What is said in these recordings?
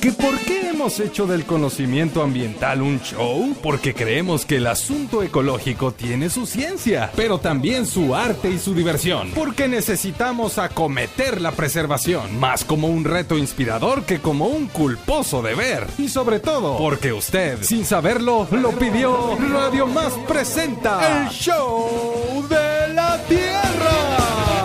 ¿Que por qué hemos hecho del conocimiento ambiental un show? Porque creemos que el asunto ecológico tiene su ciencia, pero también su arte y su diversión. Porque necesitamos acometer la preservación, más como un reto inspirador que como un culposo deber. Y sobre todo, porque usted, sin saberlo, lo pidió. Radio Más presenta el show de la Tierra.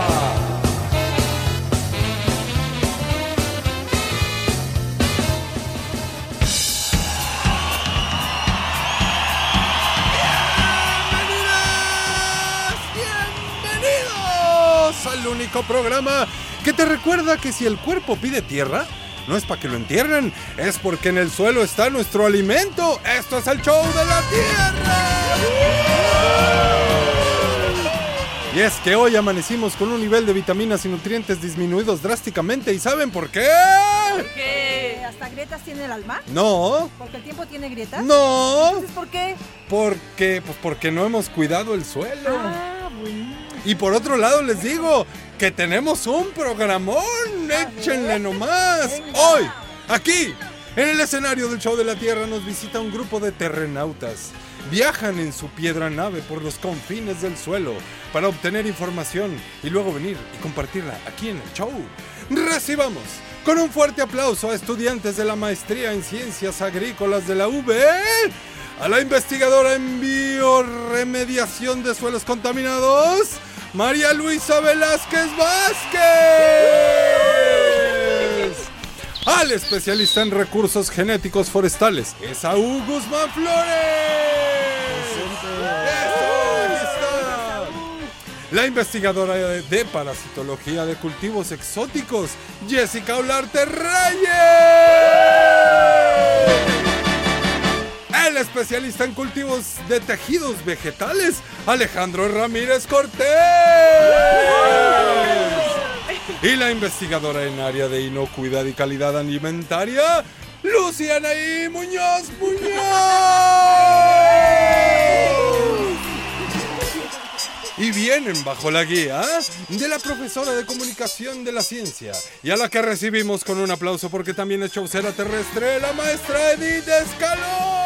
Al único programa que te recuerda que si el cuerpo pide tierra, no es para que lo entierren, es porque en el suelo está nuestro alimento. Esto es el show de la Tierra. Y es que hoy amanecimos con un nivel de vitaminas y nutrientes disminuidos drásticamente. ¿Y saben por qué? ¿Por qué? ¿Hasta grietas tiene el alma? No. ¿Porque el tiempo tiene grietas? No. Entonces, ¿por qué? Porque no hemos cuidado el suelo. Ah, bueno. Y por otro lado les digo que tenemos un programón, échenle nomás. Hoy, aquí, en el escenario del show de la Tierra nos visita un grupo de terrenautas. Viajan en su piedra nave por los confines del suelo para obtener información y luego venir y compartirla aquí en el show. Recibamos con un fuerte aplauso a estudiantes de la maestría en Ciencias Agrícolas de la UB, a la investigadora en bioremediación de suelos contaminados, María Luisa Velázquez Vázquez. Al especialista en recursos genéticos forestales, Esaú Guzmán Flores. Ahí está. La investigadora de parasitología de cultivos exóticos, Jessica Olarte Reyes. El especialista en cultivos de tejidos vegetales, Alejandro Ramírez Cortés. Y la investigadora en área de inocuidad y calidad alimentaria, Luciana I. Muñoz. Y vienen bajo la guía de la profesora de comunicación de la ciencia, y a la que recibimos con un aplauso porque también es showcera terrestre, la maestra Edith Escalón.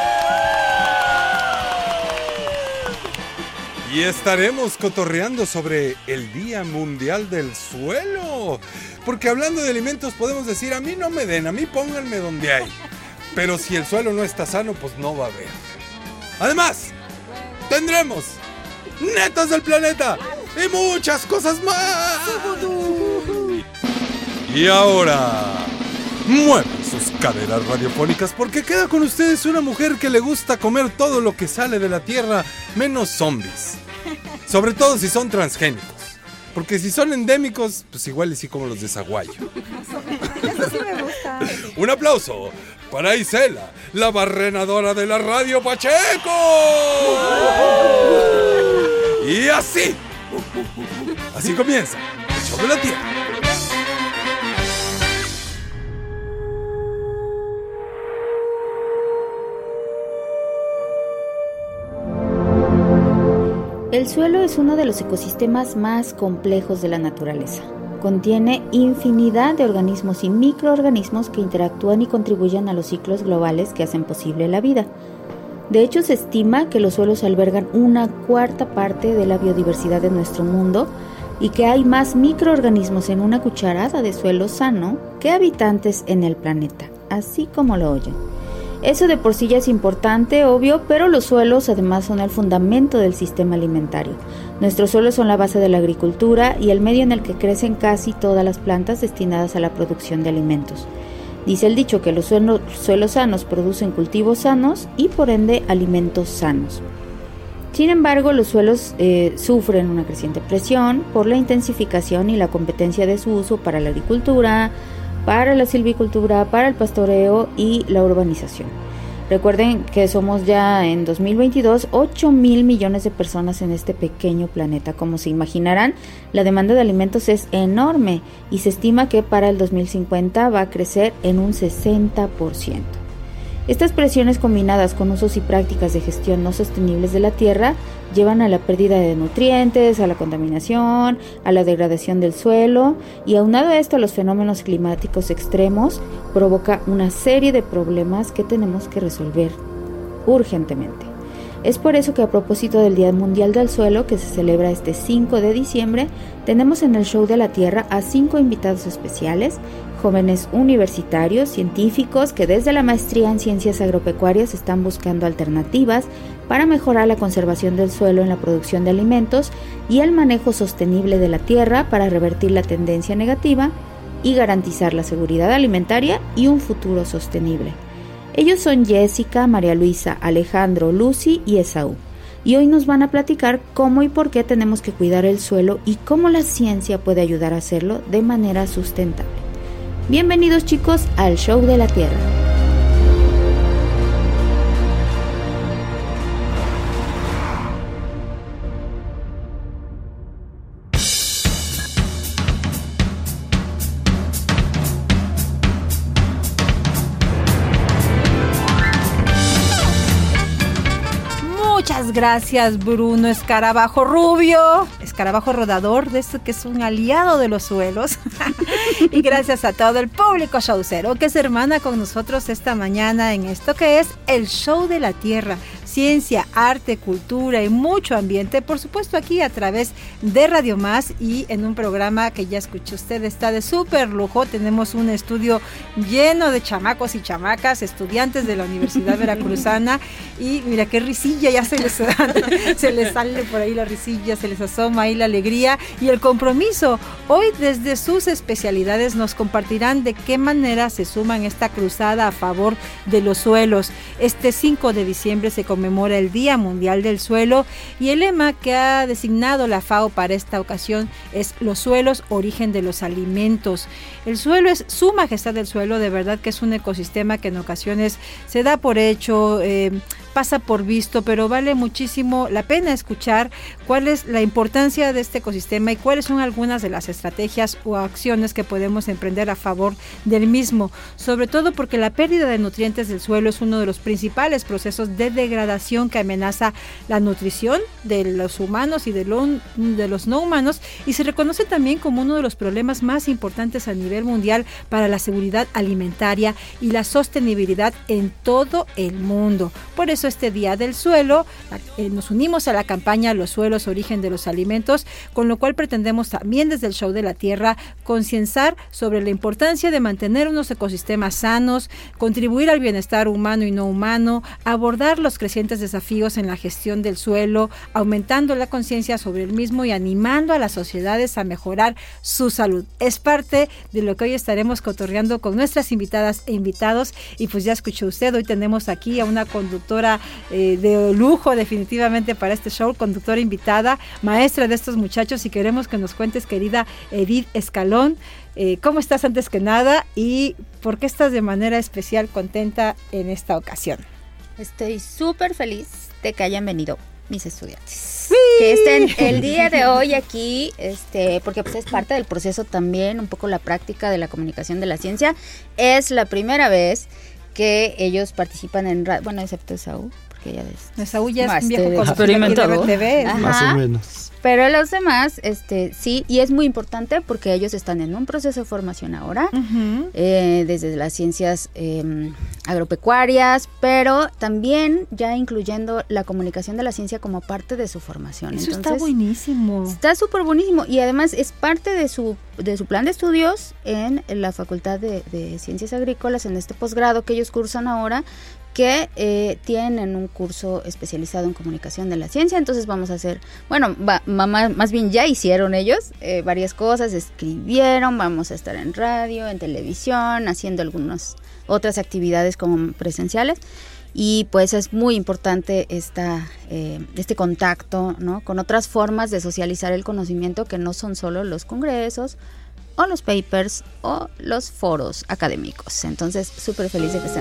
Y estaremos cotorreando sobre el Día Mundial del Suelo. Porque hablando de alimentos podemos decir, a mí no me den, a mí pónganme donde hay. Pero si el suelo no está sano, pues no va a haber. Además, tendremos Netas del Planeta y muchas cosas más. Y ahora, muevan sus caderas radiofónicas porque queda con ustedes una mujer que le gusta comer todo lo que sale de la tierra, menos zombies. Sobre todo si son transgénicos. Porque si son endémicos, pues igual y sí como los de Zaguayo. Eso sí me gusta. Un aplauso para Isela, la barrenadora de la Radio Pacheco. Y así comienza el show de la Tierra. El suelo es uno de los ecosistemas más complejos de la naturaleza. Contiene infinidad de organismos y microorganismos que interactúan y contribuyen a los ciclos globales que hacen posible la vida. De hecho, se estima que los suelos albergan 1/4 parte de la biodiversidad de nuestro mundo y que hay más microorganismos en una cucharada de suelo sano que habitantes en el planeta, así como lo oyen. Eso de por sí ya es importante, obvio, pero los suelos además son el fundamento del sistema alimentario. Nuestros suelos son la base de la agricultura y el medio en el que crecen casi todas las plantas destinadas a la producción de alimentos. Dice el dicho que los suelos sanos producen cultivos sanos y por ende alimentos sanos. Sin embargo, los suelos sufren una creciente presión por la intensificación y la competencia de su uso para la agricultura, para la silvicultura, para el pastoreo y la urbanización. Recuerden que somos ya en 2022 8,000 millones de personas en este pequeño planeta. Como se imaginarán, la demanda de alimentos es enorme y se estima que para el 2050 va a crecer en un 60%. Estas presiones combinadas con usos y prácticas de gestión no sostenibles de la tierra llevan a la pérdida de nutrientes, a la contaminación, a la degradación del suelo y aunado a esto a los fenómenos climáticos extremos, provoca una serie de problemas que tenemos que resolver urgentemente. Es por eso que a propósito del Día Mundial del Suelo, que se celebra este 5 de diciembre, tenemos en el Show de la Tierra a 5 invitados especiales, jóvenes universitarios, científicos que desde la maestría en ciencias agropecuarias están buscando alternativas para mejorar la conservación del suelo en la producción de alimentos y el manejo sostenible de la tierra para revertir la tendencia negativa y garantizar la seguridad alimentaria y un futuro sostenible. Ellos son Jessica, María Luisa, Alejandro, Lucy y Esaú. Y hoy nos van a platicar cómo y por qué tenemos que cuidar el suelo y cómo la ciencia puede ayudar a hacerlo de manera sustentable. Bienvenidos chicos al Show de la Tierra. Muchas gracias, Bruno Escarabajo Rubio, escarabajo rodador, de esto que es un aliado de los suelos. Y gracias a todo el público showcero que se hermana con nosotros esta mañana en esto que es el Show de la Tierra. Ciencia, arte, cultura y mucho ambiente, por supuesto aquí a través de Radio Más y en un programa que ya escuchó usted, está de súper lujo. Tenemos un estudio lleno de chamacos y chamacas, estudiantes de la Universidad Veracruzana y mira qué risilla, ya se les sale por ahí la risilla, se les asoma ahí la alegría y el compromiso. Hoy desde sus especialidades nos compartirán de qué manera se suman esta cruzada a favor de los suelos. Este 5 de diciembre se conmemora el Día Mundial del Suelo y el lema que ha designado la FAO para esta ocasión es los suelos, origen de los alimentos. El suelo es su majestad del suelo, de verdad que es un ecosistema que en ocasiones se da por hecho, pasa por visto, pero vale muchísimo la pena escuchar cuál es la importancia de este ecosistema y cuáles son algunas de las estrategias o acciones que podemos emprender a favor del mismo, sobre todo porque la pérdida de nutrientes del suelo es uno de los principales procesos de degradación que amenaza la nutrición de los humanos y de los no humanos y se reconoce también como uno de los problemas más importantes a nivel mundial para la seguridad alimentaria y la sostenibilidad en todo el mundo. Por eso este Día del Suelo nos unimos a la campaña Los suelos, origen de los alimentos, con lo cual pretendemos también desde el Show de la Tierra concienciar sobre la importancia de mantener unos ecosistemas sanos, contribuir al bienestar humano y no humano, abordar los crecientes desafíos en la gestión del suelo, aumentando la conciencia sobre el mismo y animando a las sociedades a mejorar su salud. Es parte de lo que hoy estaremos cotorreando con nuestras invitadas e invitados y pues ya escuchó usted, hoy tenemos aquí a una conductora de lujo definitivamente para este show, conductora invitada, maestra de estos muchachos y queremos que nos cuentes, querida Edith Escalón, ¿cómo estás antes que nada y por qué estás de manera especial contenta en esta ocasión? Estoy súper feliz de que hayan venido mis estudiantes. ¡Sí! Que estén el día de hoy aquí, porque pues es parte del proceso también, un poco la práctica de la comunicación de la ciencia. Es la primera vez que ellos participan en radio, bueno, excepto Esaú, porque ella Esaú ya es un viejo experimentado, RTV, más o menos. Pero los demás, sí, y es muy importante porque ellos están en un proceso de formación ahora, desde las ciencias agropecuarias, pero también ya incluyendo la comunicación de la ciencia como parte de su formación. Eso entonces, está buenísimo. Está súper buenísimo y además es parte de su plan de estudios en la Facultad de Ciencias Agrícolas, en este posgrado que ellos cursan ahora, que tienen un curso especializado en comunicación de la ciencia. Entonces vamos a hacer, más bien ya hicieron ellos varias cosas, escribieron, vamos a estar en radio, en televisión, haciendo algunas otras actividades como presenciales. Y pues es muy importante este contacto, ¿no?, con otras formas de socializar el conocimiento que no son solo los congresos o los papers o los foros académicos. Entonces, súper feliz de que estén aquí.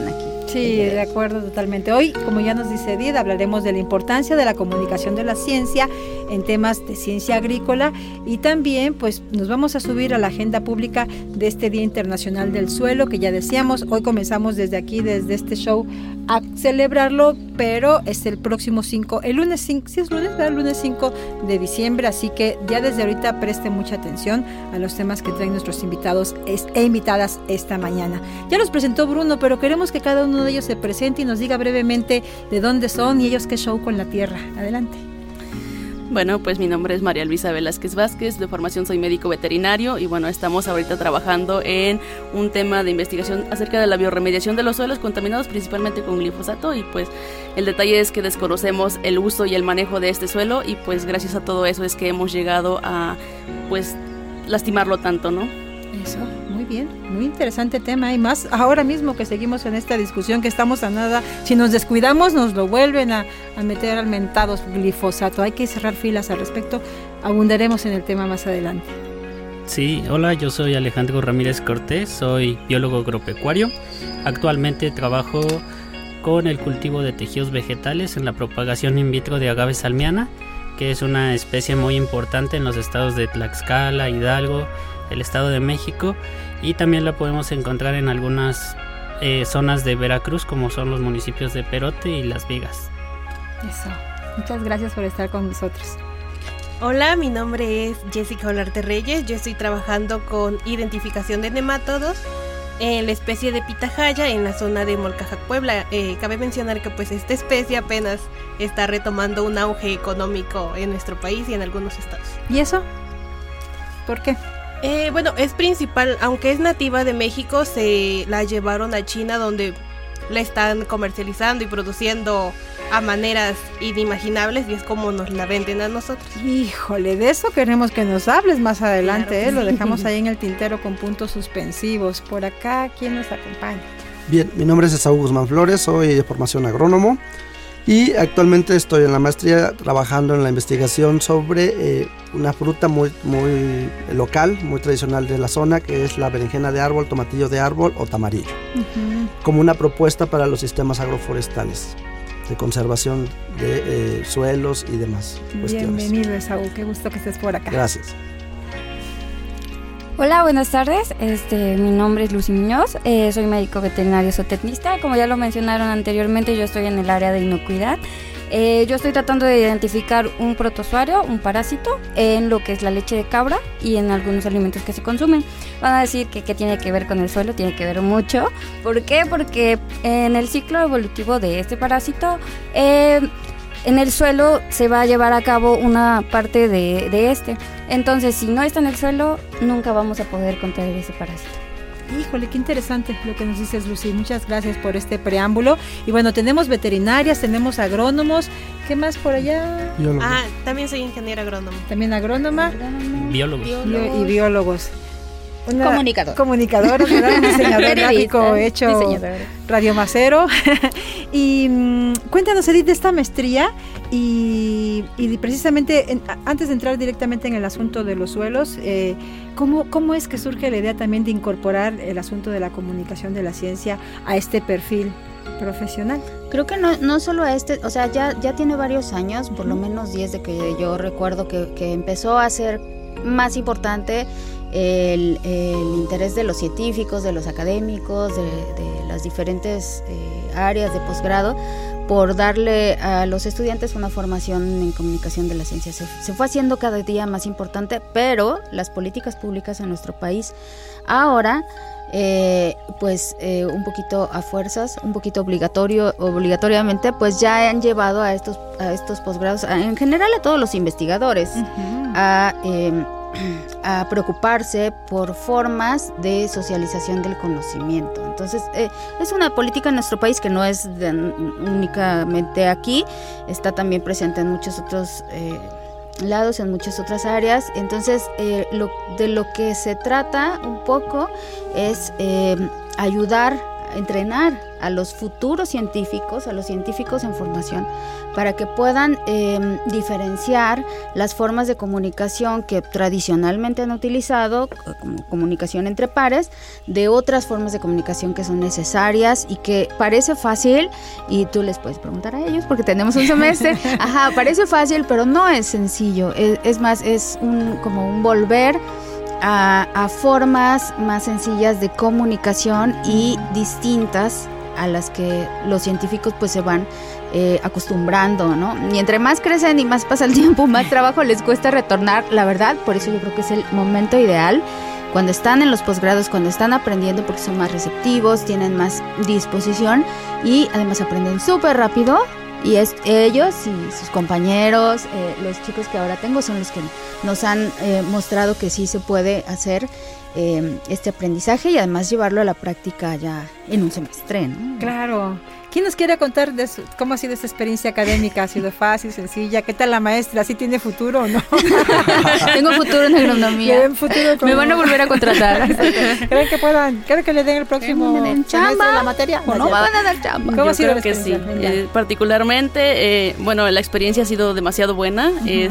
Sí, de acuerdo totalmente. Hoy, como ya nos dice Edith, hablaremos de la importancia de la comunicación de la ciencia en temas de ciencia agrícola y también pues nos vamos a subir a la agenda pública de este Día Internacional del Suelo, que ya decíamos, hoy comenzamos desde aquí, desde este show, a celebrarlo, pero es el próximo 5, el lunes 5, sí es lunes, ¿verdad? El lunes 5 de diciembre, así que ya desde ahorita preste mucha atención a los temas que traen nuestros invitados e invitadas esta mañana. Ya los presentó Bruno, pero queremos que cada uno de ellos se presente y nos diga brevemente de dónde son y ellos qué show con la tierra. Adelante. Bueno, pues mi nombre es María Luisa Velázquez Vázquez, de formación soy médico veterinario y bueno, estamos ahorita trabajando en un tema de investigación acerca de la biorremediación de los suelos contaminados principalmente con glifosato y pues el detalle es que desconocemos el uso y el manejo de este suelo y pues gracias a todo eso es que hemos llegado a pues lastimarlo tanto, ¿no? Eso, muy bien, muy interesante tema y más ahora mismo que seguimos en esta discusión que estamos a nada, si nos descuidamos nos lo vuelven a meter al mentado glifosato, hay que cerrar filas al respecto, abundaremos en el tema más adelante. Sí, hola, yo soy Alejandro Ramírez Cortés, soy biólogo agropecuario, actualmente trabajo con el cultivo de tejidos vegetales en la propagación in vitro de agave salmiana, que es una especie muy importante en los estados de Tlaxcala, Hidalgo, el Estado de México y también la podemos encontrar en algunas zonas de Veracruz como son los municipios de Perote y Las Vigas. Eso, muchas gracias por estar con nosotros. Hola, mi nombre es Jessica Olarte Reyes, yo estoy trabajando con identificación de nemátodos en la especie de pitahaya en la zona de Molcajac, Puebla. Cabe mencionar que pues esta especie apenas está retomando un auge económico en nuestro país y en algunos estados. ¿Y eso? ¿Por qué? Bueno, es principal, aunque es nativa de México, se la llevaron a China donde la están comercializando y produciendo a maneras inimaginables y es como nos la venden a nosotros. Híjole, de eso queremos que nos hables más adelante, claro, Lo dejamos ahí en el tintero con puntos suspensivos. Por acá, ¿quién nos acompaña? Bien, mi nombre es Esaú Guzmán Flores, soy de formación agrónomo y actualmente estoy en la maestría trabajando en la investigación sobre una fruta muy local, muy tradicional de la zona, que es la berenjena de árbol, tomatillo de árbol o tamarillo, como una propuesta para los sistemas agroforestales de conservación de suelos y demás cuestiones. Bienvenido, Esaú, qué gusto que estés por acá. Gracias. Hola, buenas tardes. Mi nombre es Lucy Muñoz, soy médico veterinario zootecnista. Como ya lo mencionaron anteriormente, yo estoy en el área de inocuidad. Yo estoy tratando de identificar un protozoario, un parásito, en lo que es la leche de cabra y en algunos alimentos que se consumen. Van a decir que ¿qué tiene que ver con el suelo? Tiene que ver mucho. ¿Por qué? Porque en el ciclo evolutivo de este parásito, en el suelo se va a llevar a cabo una parte de este. Entonces, si no está en el suelo, nunca vamos a poder contraer ese parásito. Híjole, qué interesante lo que nos dices, Lucy. Muchas gracias por este preámbulo. Y bueno, tenemos veterinarias, tenemos agrónomos. ¿Qué más por allá? Biólogo. También soy ingeniera agrónoma. También agrónoma. Biólogos. Y biólogos. Comunicadora, ¿verdad? Un diseñador gráfico hecho radiomacero. Y cuéntanos, Edith, de esta maestría y precisamente antes de entrar directamente en el asunto de los suelos, ¿cómo es que surge la idea también de incorporar el asunto de la comunicación de la ciencia a este perfil profesional? Creo que no solo a o sea, ya tiene varios años, por lo menos 10 de que yo recuerdo que empezó a ser más importante el interés de los científicos, de los académicos, de las diferentes áreas de posgrado, por darle a los estudiantes una formación en comunicación de la ciencia. Se fue haciendo cada día más importante, pero las políticas públicas en nuestro país ahora, un poquito a fuerzas, un poquito obligatoriamente, pues ya han llevado a estos posgrados, en general a todos los investigadores, a preocuparse por formas de socialización del conocimiento. Entonces, es una política en nuestro país que no es únicamente aquí, está también presente en muchos otros lados, en muchas otras áreas. Entonces, de lo que se trata un poco es ayudar entrenar a los futuros científicos, a los científicos en formación, para que puedan diferenciar las formas de comunicación que tradicionalmente han utilizado, como comunicación entre pares, de otras formas de comunicación que son necesarias y que parece fácil, y tú les puedes preguntar a ellos porque tenemos un semestre, parece fácil, pero no es sencillo, es más, es como un volver a formas más sencillas de comunicación y distintas a las que los científicos pues se van acostumbrando, ¿no? Y entre más crecen y más pasa el tiempo, más trabajo les cuesta retornar, la verdad. Por eso yo creo que es el momento ideal cuando están en los posgrados, cuando están aprendiendo, porque son más receptivos, tienen más disposición y además aprenden súper rápido. Y ellos y sus compañeros, los chicos que ahora tengo, son los que nos han mostrado que sí se puede hacer este aprendizaje y además llevarlo a la práctica ya en un semestre, ¿no? Claro. ¿Quién nos quiere contar de cómo ha sido esa experiencia académica? ¿Ha sido fácil, sencilla? ¿Qué tal la maestra? ¿Sí tiene futuro o no? Tengo futuro en agronomía. Me van a volver a contratar. ¿Creen que le den el próximo chamba la materia? ¿O no me van a dar chamba? ¿Cómo ha sido creo que sí. Particularmente, bueno, la experiencia ha sido demasiado buena.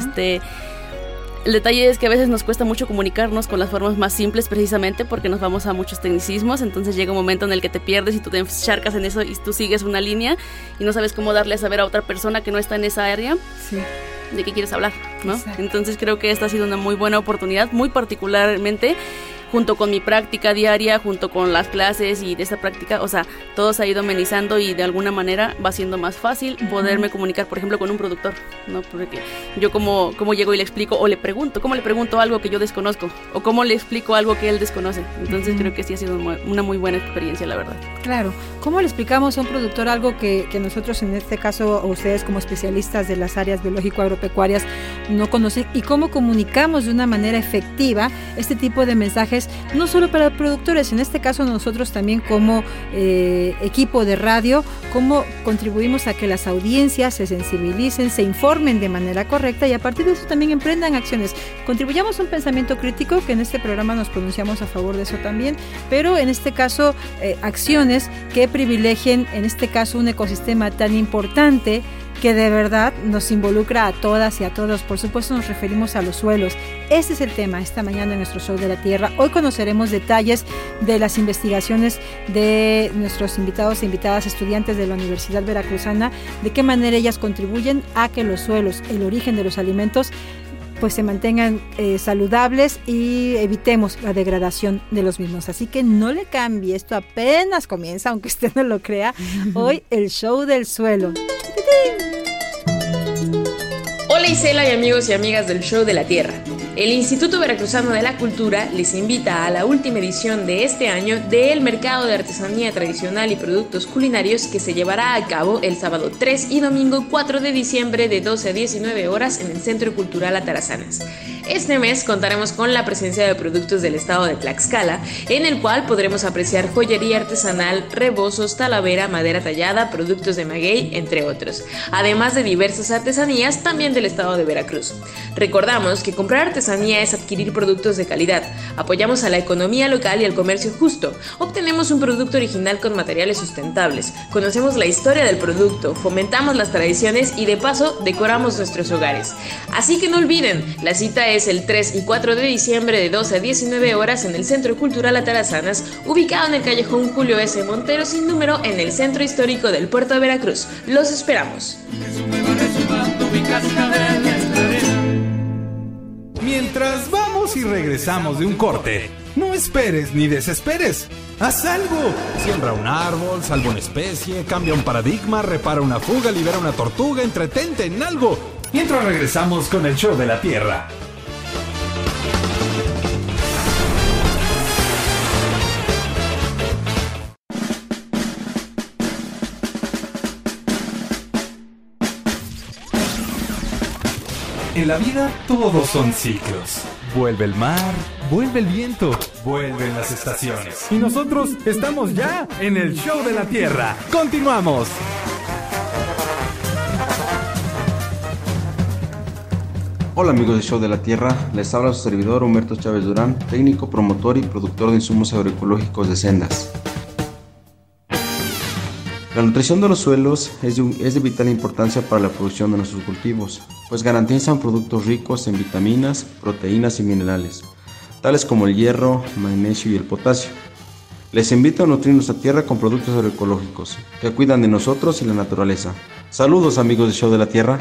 El detalle es que a veces nos cuesta mucho comunicarnos con las formas más simples, precisamente porque nos vamos a muchos tecnicismos. Entonces llega un momento en el que te pierdes y tú te encharcas en eso y tú sigues una línea y no sabes cómo darle a saber a otra persona que no está en esa área de qué quieres hablar, ¿no? Exacto. Entonces creo que esta ha sido una muy buena oportunidad, muy particularmente junto con mi práctica diaria, junto con las clases y de esta práctica, o sea, todo se ha ido amenizando y de alguna manera va siendo más fácil poderme comunicar, por ejemplo, con un productor, ¿no? Porque yo como llego y le explico o le pregunto, ¿cómo le pregunto algo que yo desconozco? O ¿cómo le explico algo que él desconoce? Entonces creo que sí ha sido una muy buena experiencia, la verdad. Claro. ¿Cómo le explicamos a un productor algo que nosotros, en este caso, o ustedes como especialistas de las áreas biológico-agropecuarias no conocen? ¿Y cómo comunicamos de una manera efectiva este tipo de mensajes, no solo para productores, en este caso nosotros también como equipo de radio, cómo contribuimos a que las audiencias se sensibilicen, se informen de manera correcta y a partir de eso también emprendan acciones? Contribuyamos a un pensamiento crítico, que en este programa nos pronunciamos a favor de eso también, pero en este caso acciones que privilegien, en este caso, un ecosistema tan importante que de verdad nos involucra a todas y a todos. Por supuesto nos referimos a los suelos. Este es el tema esta mañana en nuestro Show de la Tierra. Hoy conoceremos detalles de las investigaciones de nuestros invitados e invitadas estudiantes de la Universidad Veracruzana, de qué manera ellas contribuyen a que los suelos, el origen de los alimentos, pues se mantengan saludables y evitemos la degradación de los mismos. Así que no le cambie, esto apenas comienza, aunque usted no lo crea. Hoy el Show del Suelo. Hola Isela y amigos y amigas del Show de la Tierra. El Instituto Veracruzano de la Cultura les invita a la última edición de este año del Mercado de Artesanía Tradicional y Productos Culinarios, que se llevará a cabo el sábado 3 y domingo 4 de diciembre de 12 a 19 horas en el Centro Cultural Atarazanas. Este mes contaremos con la presencia de productos del estado de Tlaxcala, en el cual podremos apreciar joyería artesanal, rebozos, talavera, madera tallada, productos de maguey, entre otros, además de diversas artesanías también del estado de Veracruz. Recordamos que comprar artesanía es adquirir productos de calidad, apoyamos a la economía local y al comercio justo, obtenemos un producto original con materiales sustentables, conocemos la historia del producto, fomentamos las tradiciones y de paso decoramos nuestros hogares. Así que no olviden, la cita es el 3 y 4 de diciembre de 12 a 19 horas en el Centro Cultural Atarazanas, ubicado en el callejón Julio S. Montero sin número en el Centro Histórico del Puerto de Veracruz. Los esperamos. Mientras vamos y regresamos de un corte, no esperes ni desesperes. ¡Haz algo! Siembra un árbol, salva una especie, cambia un paradigma, repara una fuga, libera una tortuga, entretente en algo. Mientras regresamos con el Show de la Tierra. En la vida todos son ciclos. Vuelve el mar, vuelve el viento, vuelven las estaciones. Y nosotros estamos ya en el Show de la Tierra. ¡Continuamos! Hola amigos del Show de la Tierra, les habla su servidor Humberto Chávez Durán, técnico, promotor y productor de insumos agroecológicos de Sendas. La nutrición de los suelos es de vital importancia para la producción de nuestros cultivos, pues garantizan productos ricos en vitaminas, proteínas y minerales, tales como el hierro, magnesio y el potasio. Les invito a nutrir nuestra tierra con productos agroecológicos que cuidan de nosotros y la naturaleza. Saludos, amigos del Show de la Tierra.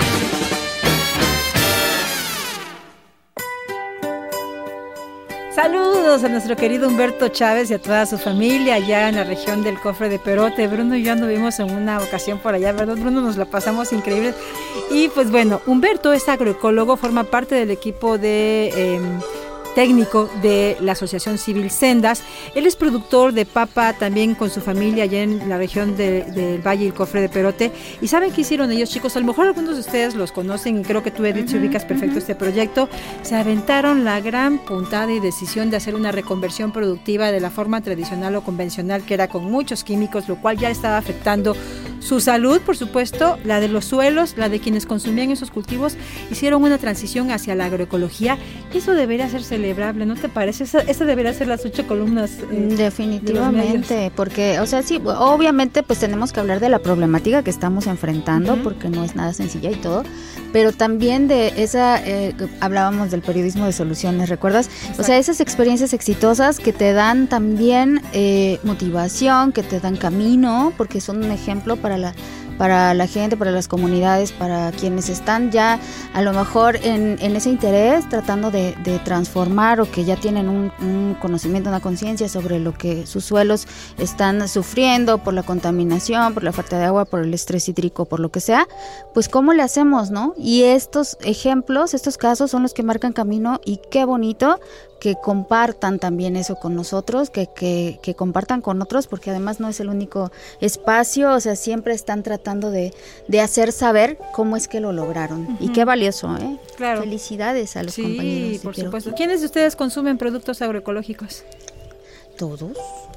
Saludos a nuestro querido Humberto Chávez y a toda su familia allá en la región del Cofre de Perote. Bruno y yo anduvimos en una ocasión por allá, ¿verdad, Bruno? Nos la pasamos increíble. Y pues bueno, Humberto es agroecólogo, forma parte del equipo de técnico de la Asociación Civil Sendas. Él es productor de papa también con su familia allá en la región del Valle y el Cofre de Perote. ¿Y saben qué hicieron ellos, chicos? A lo mejor algunos de ustedes los conocen y creo que tú, Edith, ubicas perfecto este proyecto. Se aventaron la gran puntada y decisión de hacer una reconversión productiva de la forma tradicional o convencional, que era con muchos químicos, lo cual ya estaba afectando su salud, por supuesto, la de los suelos, la de quienes consumían esos cultivos. Hicieron una transición hacia la agroecología. Eso debería ser celebrable, ¿no te parece? Esa debería ser las 8 columnas. Definitivamente, porque, o sea, sí, obviamente pues tenemos que hablar de la problemática que estamos enfrentando, porque no es nada sencilla y todo, pero también de esa, hablábamos del periodismo de soluciones, ¿recuerdas? Exacto. O sea, esas experiencias exitosas que te dan también motivación, que te dan camino, porque son un ejemplo para la gente, para las comunidades, para quienes están ya a lo mejor en ese interés tratando de transformar, o que ya tienen un conocimiento, una conciencia sobre lo que sus suelos están sufriendo por la contaminación, por la falta de agua, por el estrés hídrico, por lo que sea. Pues ¿cómo le hacemos, no? Y estos ejemplos, estos casos son los que marcan camino, y qué bonito que compartan también eso con nosotros, que compartan con otros, porque además no es el único espacio, o sea, siempre están tratando de hacer saber cómo es que lo lograron. Y qué valioso, ¿eh? Claro. Felicidades a los compañeros. Sí, por supuesto. ¿Quiénes de ustedes consumen productos agroecológicos? Todos.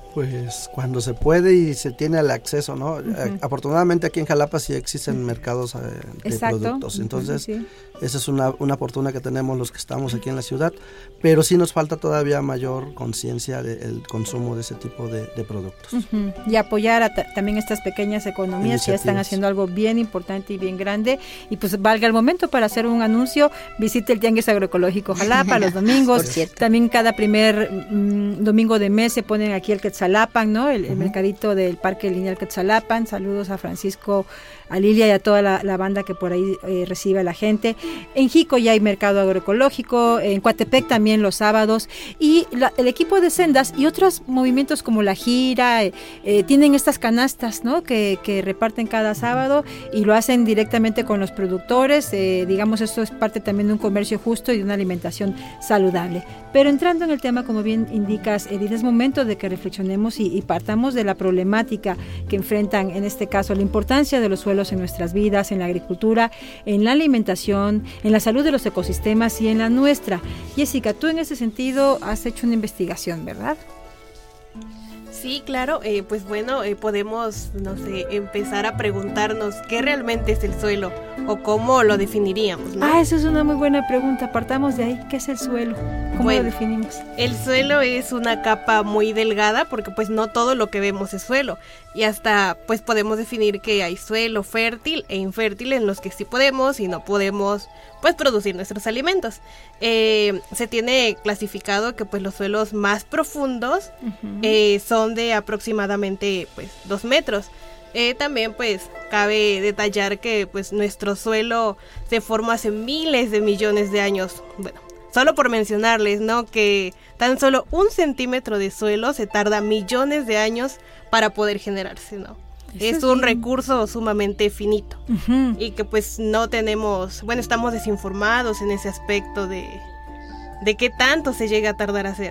Pues cuando se puede y se tiene el acceso, ¿no? Afortunadamente aquí en Jalapa sí existen mercados de productos, entonces esa es una fortuna que tenemos los que estamos aquí en la ciudad, pero sí nos falta todavía mayor conciencia del consumo de ese tipo de productos. Y apoyar también estas pequeñas economías que ya están haciendo algo bien importante y bien grande. Y pues valga el momento para hacer un anuncio: visite el Tianguis Agroecológico Jalapa los domingos. También cada primer domingo de mes se ponen aquí el Quetzalapan, ¿no? El mercadito del Parque Lineal Quetzalapan. Saludos a Francisco, a Lilia y a toda la banda que por ahí recibe a la gente. En Jico ya hay mercado agroecológico, en Coatepec también los sábados, y el equipo de Sendas y otros movimientos como La Gira tienen estas canastas, ¿no? que reparten cada sábado, y lo hacen directamente con los productores. Digamos, esto es parte también de un comercio justo y de una alimentación saludable. Pero entrando en el tema, como bien indicas, Edith, es momento de que reflexionemos y partamos de la problemática que enfrentan, en este caso, la importancia de los suelos en nuestras vidas, en la agricultura, en la alimentación, en la salud de los ecosistemas y en la nuestra. Jessica, tú en ese sentido has hecho una investigación, ¿verdad? Sí, claro, pues bueno, podemos, no sé, empezar a preguntarnos qué realmente es el suelo o cómo lo definiríamos, ¿no? Esa es una muy buena pregunta, partamos de ahí. ¿Qué es el suelo? ¿Cómo lo definimos? El suelo es una capa muy delgada, porque pues no todo lo que vemos es suelo, y hasta pues podemos definir que hay suelo fértil e infértil, en los que sí podemos y no podemos pues producir nuestros alimentos. Se tiene clasificado que pues los suelos más profundos son de aproximadamente pues 2 metros. También pues cabe detallar que pues nuestro suelo se formó hace miles de millones de años. Bueno, solo por mencionarles, ¿no?, que tan solo 1 centímetro de suelo se tarda millones de años para poder generarse, ¿no? Es un recurso sumamente finito, y que pues no tenemos, bueno, estamos desinformados en ese aspecto de qué tanto se llega a tardar a hacer.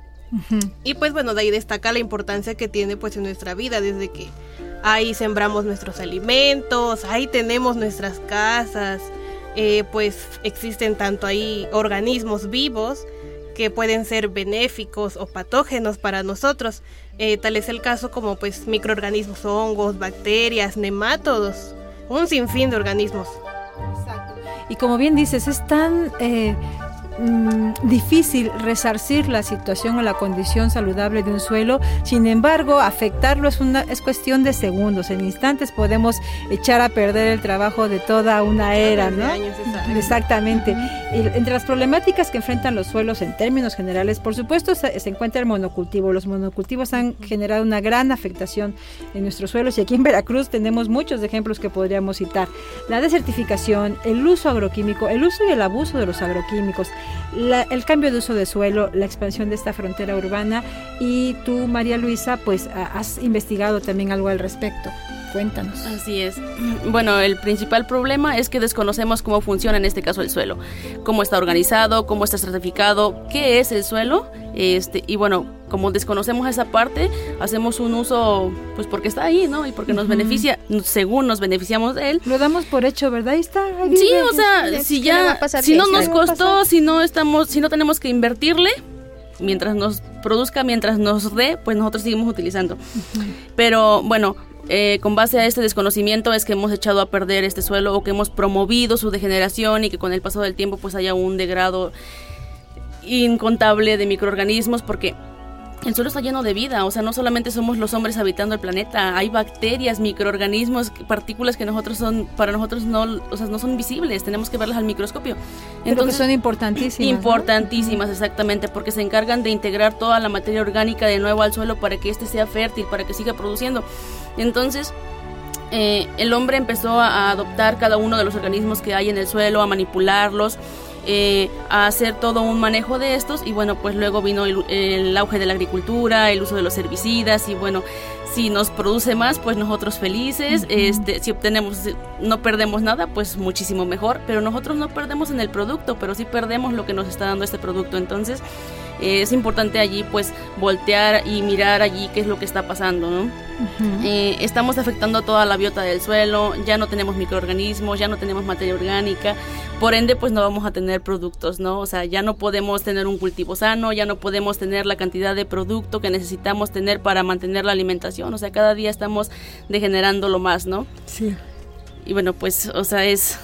Y pues bueno, de ahí destaca la importancia que tiene pues en nuestra vida, desde que ahí sembramos nuestros alimentos, ahí tenemos nuestras casas, pues existen tanto ahí organismos vivos que pueden ser benéficos o patógenos para nosotros. Tal es el caso como pues microorganismos, hongos, bacterias, nemátodos, un sinfín de organismos. Exacto. Y como bien dices, es tan difícil resarcir la situación o la condición saludable de un suelo. Sin embargo, afectarlo es cuestión de segundos. En instantes podemos echar a perder el trabajo de toda una era, ¿no? Exactamente. Entre las problemáticas que enfrentan los suelos en términos generales, por supuesto, se encuentra el monocultivo. Los monocultivos han generado una gran afectación en nuestros suelos, y aquí en Veracruz tenemos muchos ejemplos que podríamos citar. La desertificación, el uso agroquímico, el uso y el abuso de los agroquímicos, el cambio de uso de suelo, la expansión de esta frontera urbana. Y tú, María Luisa, pues has investigado también algo al respecto. Cuéntanos. Así es. Bueno, el principal problema es que desconocemos cómo funciona en este caso el suelo, cómo está organizado, cómo está estratificado, qué es el suelo, y bueno, como desconocemos esa parte, hacemos un uso pues porque está ahí, ¿no? Y porque nos beneficia, según nos beneficiamos de él. Lo damos por hecho, ¿verdad? Ahí está. Ahí sí, o sea, si no nos costó, si no tenemos que invertirle, mientras nos produzca, mientras nos dé, pues nosotros seguimos utilizando. Pero bueno, con base a este desconocimiento es que hemos echado a perder este suelo, o que hemos promovido su degeneración, y que con el paso del tiempo pues haya un degrado incontable de microorganismos, porque el suelo está lleno de vida. O sea, no solamente somos los hombres habitando el planeta, hay bacterias, microorganismos, partículas que para nosotros no, o sea, no son visibles, tenemos que verlas al microscopio. Entonces, pero que son importantísimas. Importantísimas, ¿no? Exactamente, porque se encargan de integrar toda la materia orgánica de nuevo al suelo para que éste sea fértil, para que siga produciendo. Entonces, el hombre empezó a adoptar cada uno de los organismos que hay en el suelo, a manipularlos, a hacer todo un manejo de estos, y bueno, pues luego vino el auge de la agricultura, el uso de los herbicidas, y bueno, si nos produce más, pues nosotros felices. Si obtenemos, no perdemos nada, pues muchísimo mejor, pero nosotros no perdemos en el producto, pero sí perdemos lo que nos está dando este producto. Entonces es importante allí pues voltear y mirar allí qué es lo que está pasando, ¿no? Estamos afectando toda la biota del suelo, ya no tenemos microorganismos, ya no tenemos materia orgánica, por ende pues no vamos a tener productos, ¿no? O sea, ya no podemos tener un cultivo sano, ya no podemos tener la cantidad de producto que necesitamos tener para mantener la alimentación. O sea, cada día estamos degenerándolo más, ¿no? Sí. Y bueno, pues, o sea, es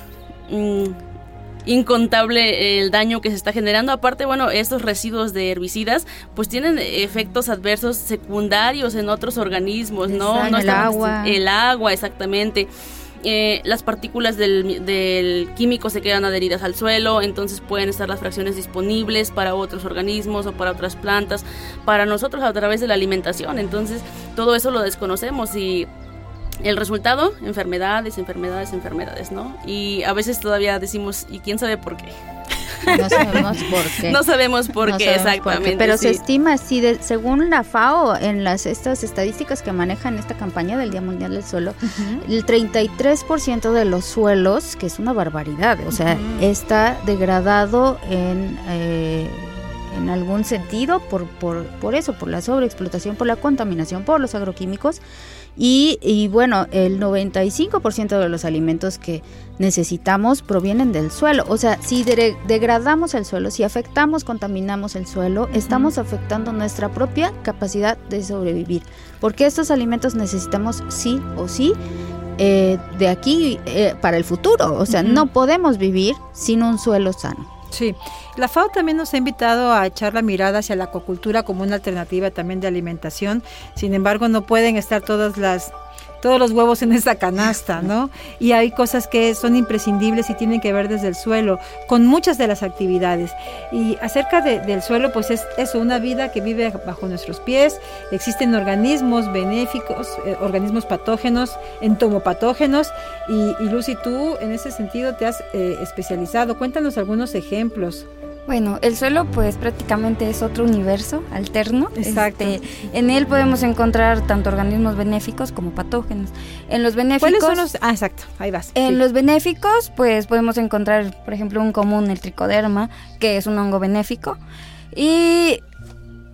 incontable el daño que se está generando. Aparte, bueno, estos residuos de herbicidas pues tienen efectos adversos secundarios en otros organismos, ¿no? El agua, exactamente. Las partículas del químico se quedan adheridas al suelo, entonces pueden estar las fracciones disponibles para otros organismos o para otras plantas, para nosotros a través de la alimentación. Entonces todo eso lo desconocemos, y el resultado, enfermedades, ¿no? Y a veces todavía decimos, ¿y quién sabe por qué? No sabemos por qué. No sabemos por qué, exactamente. Pero sí, se estima, según la FAO, en estas estadísticas que manejan esta campaña del Día Mundial del Suelo, el 33% de los suelos, que es una barbaridad, o sea, está degradado en algún sentido por eso, por la sobreexplotación, por la contaminación, por los agroquímicos. Y bueno, el 95% de los alimentos que necesitamos provienen del suelo. O sea, si degradamos el suelo, si afectamos, contaminamos el suelo, estamos afectando nuestra propia capacidad de sobrevivir. Porque estos alimentos necesitamos sí o sí de aquí para el futuro. O sea, no podemos vivir sin un suelo sano. Sí, la FAO también nos ha invitado a echar la mirada hacia la acuacultura como una alternativa también de alimentación. Sin embargo, no pueden estar todos los huevos en esa canasta, ¿no? Y hay cosas que son imprescindibles y tienen que ver desde el suelo, con muchas de las actividades. Y acerca del suelo, pues es eso, una vida que vive bajo nuestros pies. Existen organismos benéficos, organismos patógenos, entomopatógenos. Y Lucy, tú en ese sentido te has especializado. Cuéntanos algunos ejemplos. Bueno, el suelo pues prácticamente es otro universo alterno. Exacto. En él podemos encontrar tanto organismos benéficos como patógenos. En los benéficos... ¿Cuáles son los...? Ah, exacto, ahí vas. En los benéficos pues podemos encontrar, por ejemplo, un común, el tricoderma, que es un hongo benéfico. Y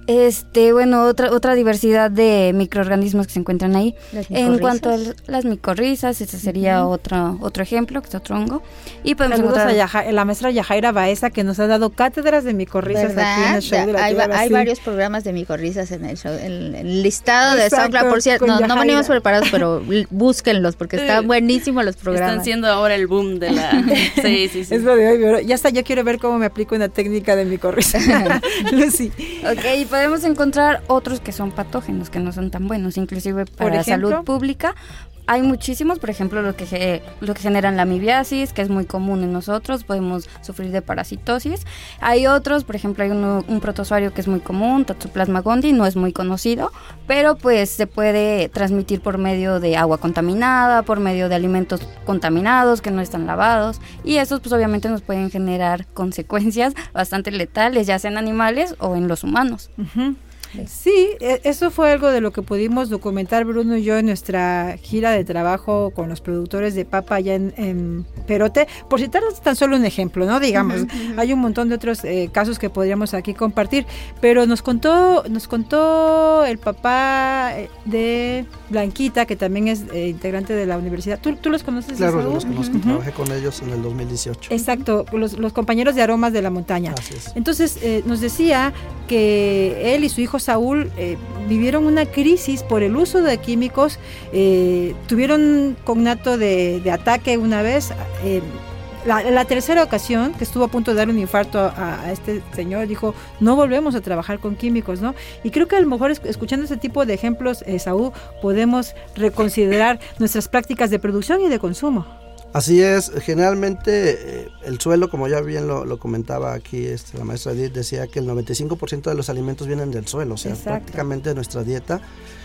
Bueno, otra diversidad de microorganismos que se encuentran ahí. En cuanto a las micorrizas, ese sería otro ejemplo, que es otro hongo. Y podemos encontrar a la maestra Yajaira Baeza, que nos ha dado cátedras de micorrizas aquí en el show de la tierra. Hay varios programas de micorrizas en el show, el listado de SoundCloud, por cierto. No venimos preparados, pero búsquenlos porque están buenísimos los programas. Están siendo ahora el boom de la... Sí. Es lo de hoy, pero ya está, yo quiero ver cómo me aplico una técnica de micorriza. Lucy. Ok, podemos encontrar otros que son patógenos, que no son tan buenos, inclusive para la salud pública. Hay muchísimos, por ejemplo, lo que generan la amibiasis, que es muy común en nosotros, podemos sufrir de parasitosis. Hay otros, por ejemplo, hay un protozoario que es muy común, Toxoplasma gondii, no es muy conocido, pero pues se puede transmitir por medio de agua contaminada, por medio de alimentos contaminados que no están lavados, y esos pues obviamente nos pueden generar consecuencias bastante letales, ya sea en animales o en los humanos. Uh-huh. Sí, eso fue algo de lo que pudimos documentar Bruno y yo en nuestra gira de trabajo con los productores de papa allá en Perote, por citarnos tan solo un ejemplo, ¿no? Digamos, hay un montón de otros casos que podríamos aquí compartir, pero nos contó el papá de Blanquita, que también es integrante de la universidad. ¿Tú los conoces? Claro, yo los conozco, trabajé con ellos en el 2018. Exacto, los compañeros de Aromas de la Montaña. Así es. Entonces, nos decía que él y su hijo Saúl vivieron una crisis por el uso de químicos, tuvieron cognato de ataque una vez. La tercera ocasión que estuvo a punto de dar un infarto a este señor, dijo, no volvemos a trabajar con químicos, ¿no? Y creo que a lo mejor escuchando ese tipo de ejemplos, Saúl, podemos reconsiderar nuestras prácticas de producción y de consumo. Así es, generalmente el suelo, como ya bien lo comentaba aquí la maestra Edith, decía que el 95% de los alimentos vienen del suelo, o sea, exacto, prácticamente nuestra dieta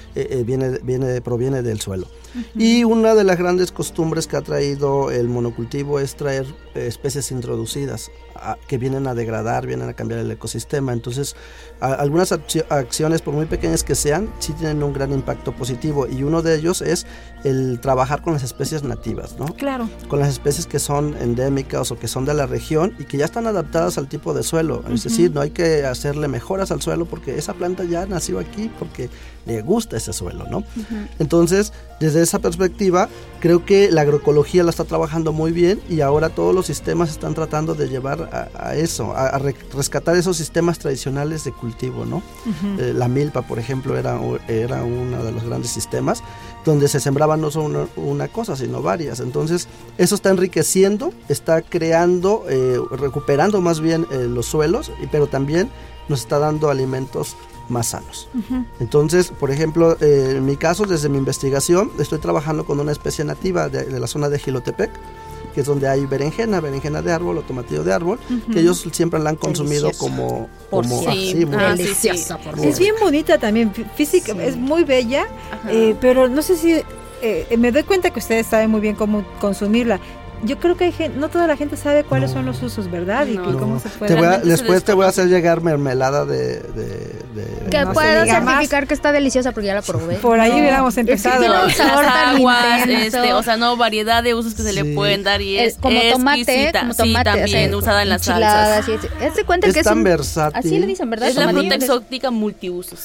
proviene del suelo. Uh-huh. Y una de las grandes costumbres que ha traído el monocultivo es traer especies introducidas que vienen a degradar, vienen a cambiar el ecosistema. Entonces, algunas acciones, por muy pequeñas que sean, sí tienen un gran impacto positivo, y uno de ellos es el trabajar con las especies nativas, ¿no? Claro. Con las especies que son endémicas o que son de la región y que ya están adaptadas al tipo de suelo. Es decir, no hay que hacerle mejoras al suelo porque esa planta ya nació aquí porque le gusta ese suelo, ¿no? Entonces, desde esa perspectiva, creo que la agroecología la está trabajando muy bien, y ahora todos los sistemas están tratando de llevar a eso, a rescatar esos sistemas tradicionales de cultivo, ¿no? La milpa, por ejemplo, era uno de los grandes sistemas donde se sembraban no solo una cosa, sino varias. Entonces, eso está enriqueciendo, está creando, recuperando más bien los suelos, pero también nos está dando alimentos más sanos. Entonces, por ejemplo, en mi caso, desde mi investigación, estoy trabajando con una especie nativa de la zona de Jilotepec, que es donde hay berenjena de árbol o tomatillo de árbol, que ellos siempre la han consumido deliciosa. como sí, muy deliciosa. Es bien bonita también, física, sí, es muy bella, pero no sé si me doy cuenta que ustedes saben muy bien cómo consumirla. Yo creo que no toda la gente sabe cuáles son los usos, ¿verdad? Y cómo se puede. Después te voy a hacer llegar mermelada de que no puedo certificar que está deliciosa porque ya la probé. Por ahí hubiéramos empezado. Tiene un sabor tan intenso. O sea, no, variedad de usos que se le pueden dar, y es como tomate, sí, también usada en las salsas. Se cuenta que es tan versátil. Así le dicen, ¿verdad? Es la fruta exótica multiusos.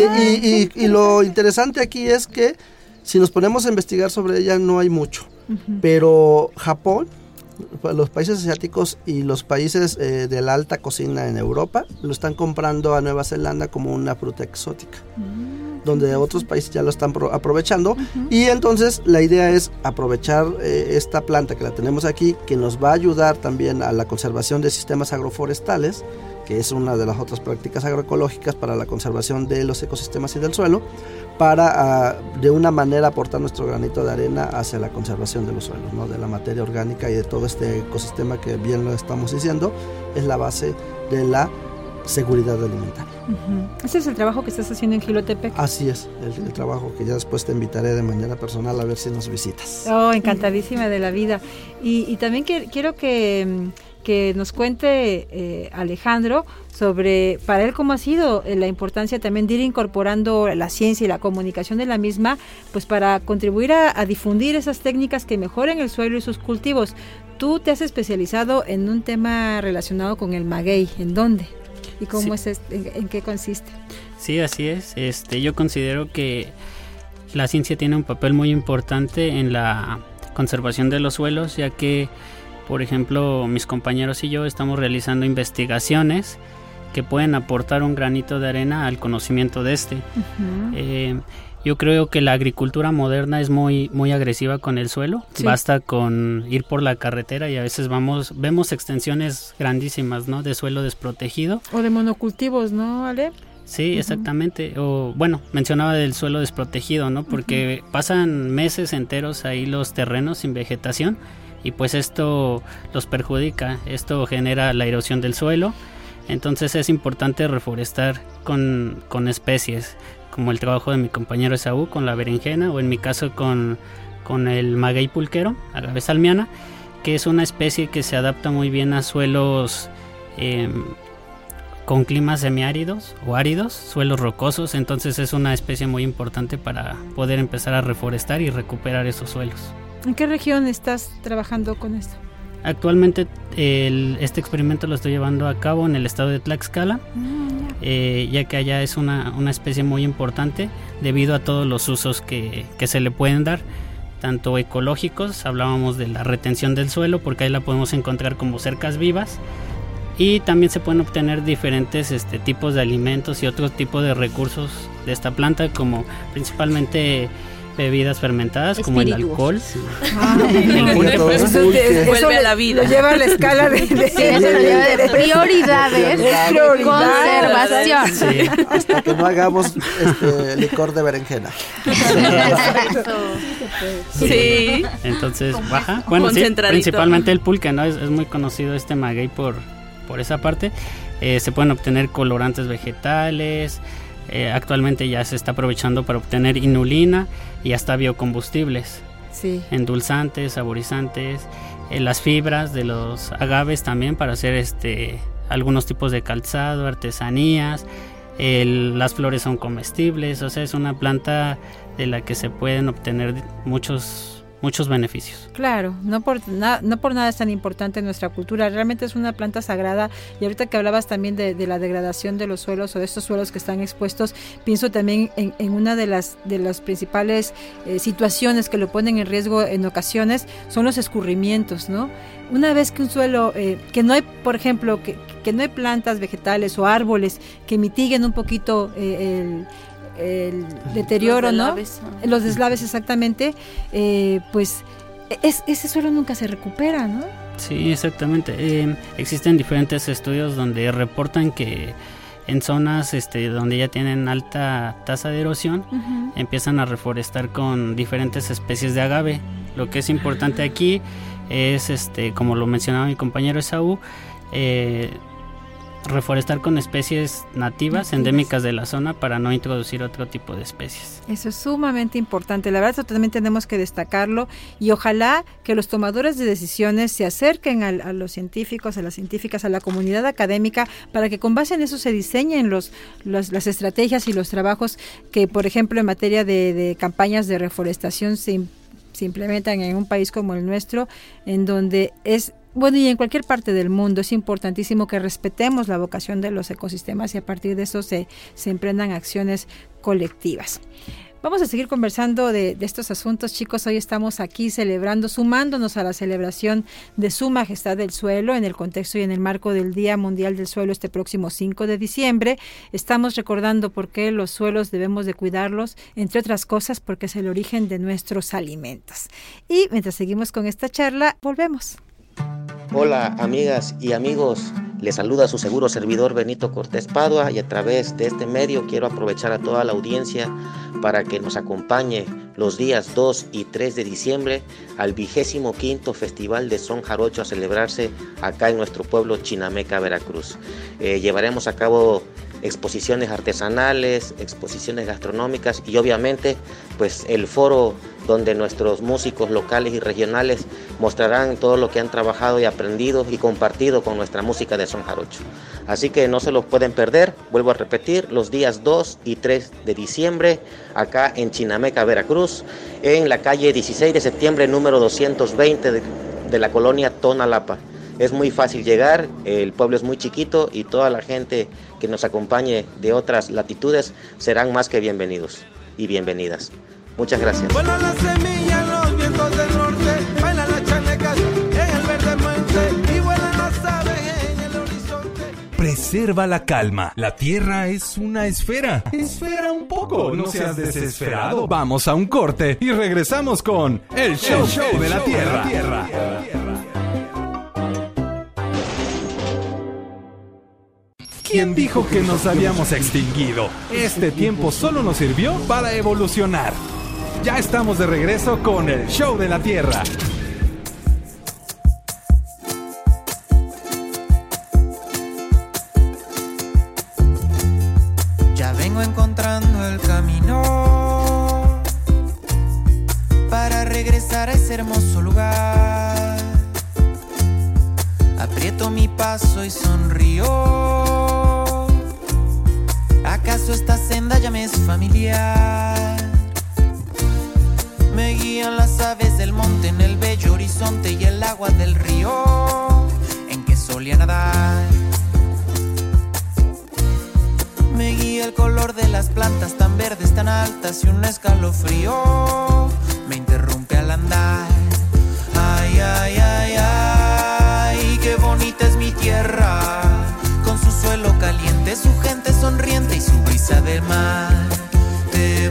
Y lo interesante aquí es que si nos ponemos a investigar sobre ella, no hay mucho. Pero Japón, los países asiáticos y los países de la alta cocina en Europa lo están comprando a Nueva Zelanda como una fruta exótica, donde otros países ya lo están aprovechando. Y entonces la idea es aprovechar esta planta que la tenemos aquí, que nos va a ayudar también a la conservación de sistemas agroforestales, que es una de las otras prácticas agroecológicas para la conservación de los ecosistemas y del suelo, para de una manera aportar nuestro granito de arena hacia la conservación de los suelos, ¿no? De la materia orgánica y de todo este ecosistema que bien lo estamos diciendo, es la base de la seguridad alimentaria. ¿Ese es el trabajo que estás haciendo en Jilotepec? Así es, el trabajo que ya después te invitaré de manera personal a ver si nos visitas. Oh, encantadísima de la vida. Y también quiero que nos cuente Alejandro sobre, para él, cómo ha sido la importancia también de ir incorporando la ciencia y la comunicación de la misma, pues para contribuir a difundir esas técnicas que mejoren el suelo y sus cultivos. Tú te has especializado en un tema relacionado con el maguey, ¿en dónde? y cómo Sí. es en qué consiste. Sí, así es. Yo considero que la ciencia tiene un papel muy importante en la conservación de los suelos, ya que, por ejemplo, mis compañeros y yo estamos realizando investigaciones que pueden aportar un granito de arena al conocimiento de este. Yo creo que la agricultura moderna es muy agresiva con el suelo. Sí. Basta con ir por la carretera y a veces vemos extensiones grandísimas, ¿no?, de suelo desprotegido. O de monocultivos, ¿no, Ale? Sí, exactamente. O bueno, mencionaba del suelo desprotegido, ¿no? Porque pasan meses enteros ahí los terrenos sin vegetación y pues esto los perjudica. Esto genera la erosión del suelo. Entonces es importante reforestar con especies, como el trabajo de mi compañero Esaú con la berenjena, o en mi caso con el maguey pulquero, agave salmiana, que es una especie que se adapta muy bien a suelos con climas semiáridos o áridos, suelos rocosos. Entonces es una especie muy importante para poder empezar a reforestar y recuperar esos suelos. ¿En qué región estás trabajando con esto? Actualmente este experimento lo estoy llevando a cabo en el estado de Tlaxcala, ya que allá es una especie muy importante debido a todos los usos que se le pueden dar, tanto ecológicos. Hablábamos de la retención del suelo, porque ahí la podemos encontrar como cercas vivas, y también se pueden obtener diferentes tipos de alimentos y otro tipo de recursos de esta planta, como principalmente bebidas fermentadas, como el alcohol. El pulque. Vuelve a la vida. Lo lleva a la escala de Eso lo lleva de prioridades, conservación. Sí. Hasta que no hagamos licor de berenjena. Sí. Entonces baja. Bueno, sí, principalmente el pulque, ¿no? Es muy conocido este maguey por esa parte. Se pueden obtener colorantes vegetales. Actualmente ya se está aprovechando para obtener inulina y hasta biocombustibles, sí, endulzantes, saborizantes, las fibras de los agaves también para hacer algunos tipos de calzado, artesanías. Las flores son comestibles, o sea, es una planta de la que se pueden obtener muchos beneficios. Claro, no por nada es tan importante en nuestra cultura. Realmente es una planta sagrada. Y ahorita que hablabas también de la degradación de los suelos o de estos suelos que están expuestos, pienso también en una de las principales situaciones que lo ponen en riesgo en ocasiones, son los escurrimientos, ¿no? Una vez que un suelo, que no hay, por ejemplo, que no hay plantas vegetales o árboles que mitiguen un poquito el deterioro, ¿no? Los deslaves, exactamente, pues ese suelo nunca se recupera, ¿no? Sí, exactamente. Existen diferentes estudios donde reportan que en zonas donde ya tienen alta tasa de erosión, empiezan a reforestar con diferentes especies de agave. Lo que es importante aquí es, como lo mencionaba mi compañero Esaú, reforestar con especies nativas, endémicas de la zona, para no introducir otro tipo de especies. Eso es sumamente importante, la verdad, eso también tenemos que destacarlo, y ojalá que los tomadores de decisiones se acerquen a los científicos, a las científicas, a la comunidad académica, para que con base en eso se diseñen las estrategias y los trabajos que, por ejemplo, en materia de campañas de reforestación se implementan en un país como el nuestro, en donde bueno, y en cualquier parte del mundo es importantísimo que respetemos la vocación de los ecosistemas y a partir de eso se emprendan acciones colectivas. Vamos a seguir conversando de estos asuntos, chicos. Hoy estamos aquí sumándonos a la celebración de Su Majestad del Suelo en el contexto y en el marco del Día Mundial del Suelo este próximo 5 de diciembre. Estamos recordando por qué los suelos debemos de cuidarlos, entre otras cosas porque es el origen de nuestros alimentos. Y mientras seguimos con esta charla, volvemos. Hola amigas y amigos, les saluda su seguro servidor Benito Cortés Padua, y a través de este medio quiero aprovechar a toda la audiencia para que nos acompañe los días 2 y 3 de diciembre al 25º Festival de Son Jarocho a celebrarse acá en nuestro pueblo Chinameca, Veracruz. Llevaremos a cabo exposiciones artesanales, exposiciones gastronómicas y obviamente pues el foro donde nuestros músicos locales y regionales mostrarán todo lo que han trabajado y aprendido y compartido con nuestra música de son jarocho. Así que no se los pueden perder, vuelvo a repetir, los días 2 y 3 de diciembre acá en Chinameca, Veracruz, en la calle 16 de septiembre número 220 de la colonia Tonalapa. Es muy fácil llegar, el pueblo es muy chiquito y toda la gente que nos acompañe de otras latitudes serán más que bienvenidos y bienvenidas. Muchas gracias. Vuelan las semillas, los vientos del norte, bailan las chanecas en el verde monte y vuelan las aves en el horizonte. Preserva la calma. La Tierra es una esfera. Esfera un poco, no seas desesperado. Vamos a un corte y regresamos con el show de la Tierra. ¿Quién dijo que nos habíamos extinguido? Este tiempo solo nos sirvió para evolucionar. Ya estamos de regreso con el show de la Tierra. Ya vengo encontrando el camino para regresar a ese hermoso lugar. Aprieto mi paso y sonrío. ¿Acaso esta senda ya me es familiar? Me guían las aves del monte en el bello horizonte y el agua del río en que solía nadar. Me guía el color de las plantas tan verdes, tan altas y un escalofrío me interrumpe al andar. Ay, ay, ay, ay, qué bonita es mi tierra, con su suelo caliente, su gente sonriente y su brisa del mar. Te